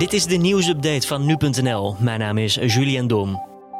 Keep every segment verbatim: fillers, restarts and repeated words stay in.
Dit is de nieuwsupdate van nu punt n l. Mijn naam is Julian Dom.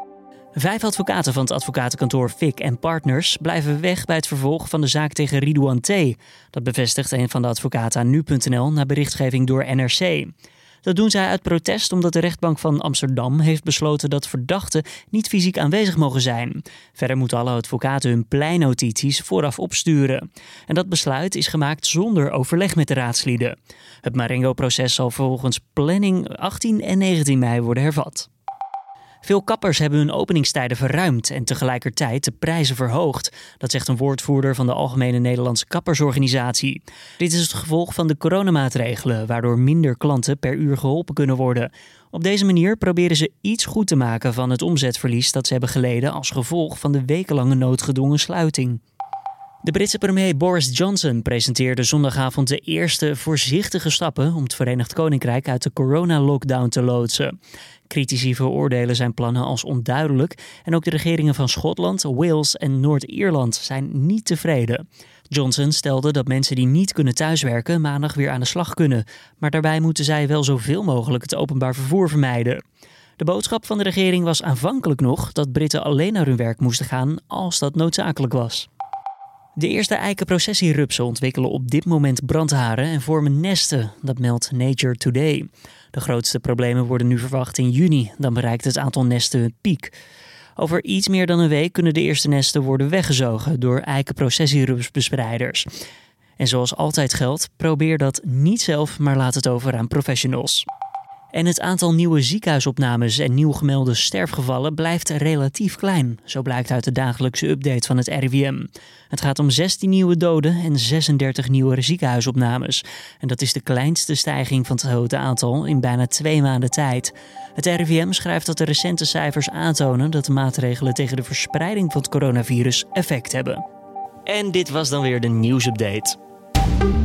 Vijf advocaten van het advocatenkantoor Fick en Partners blijven weg bij het vervolg van de zaak tegen Ridouan T. Dat bevestigt een van de advocaten aan nu punt n l na berichtgeving door N R C. Dat doen zij uit protest omdat de rechtbank van Amsterdam heeft besloten dat verdachten niet fysiek aanwezig mogen zijn. Verder moeten alle advocaten hun pleinnotities vooraf opsturen. En dat besluit is gemaakt zonder overleg met de raadslieden. Het Marengo-proces zal volgens planning achttien en negentien mei worden hervat. Veel kappers hebben hun openingstijden verruimd en tegelijkertijd de prijzen verhoogd. Dat zegt een woordvoerder van de Algemene Nederlandse Kappersorganisatie. Dit is het gevolg van de coronamaatregelen, waardoor minder klanten per uur geholpen kunnen worden. Op deze manier proberen ze iets goed te maken van het omzetverlies dat ze hebben geleden als gevolg van de wekenlange noodgedwongen sluiting. De Britse premier Boris Johnson presenteerde zondagavond de eerste voorzichtige stappen om het Verenigd Koninkrijk uit de corona-lockdown te loodsen. Critici veroordelen zijn plannen als onduidelijk en ook de regeringen van Schotland, Wales en Noord-Ierland zijn niet tevreden. Johnson stelde dat mensen die niet kunnen thuiswerken maandag weer aan de slag kunnen, maar daarbij moeten zij wel zoveel mogelijk het openbaar vervoer vermijden. De boodschap van de regering was aanvankelijk nog dat Britten alleen naar hun werk moesten gaan als dat noodzakelijk was. De eerste eikenprocessierupsen ontwikkelen op dit moment brandharen en vormen nesten, dat meldt Nature Today. De grootste problemen worden nu verwacht in juni, dan bereikt het aantal nesten een piek. Over iets meer dan een week kunnen de eerste nesten worden weggezogen door eikenprocessierupsbespreiders. En zoals altijd geldt, probeer dat niet zelf, maar laat het over aan professionals. En het aantal nieuwe ziekenhuisopnames en nieuw gemelde sterfgevallen blijft relatief klein. Zo blijkt uit de dagelijkse update van het R I V M. Het gaat om zestien nieuwe doden en zesendertig nieuwe ziekenhuisopnames. En dat is de kleinste stijging van het grote aantal in bijna twee maanden tijd. Het R I V M schrijft dat de recente cijfers aantonen dat de maatregelen tegen de verspreiding van het coronavirus effect hebben. En dit was dan weer de nieuwsupdate.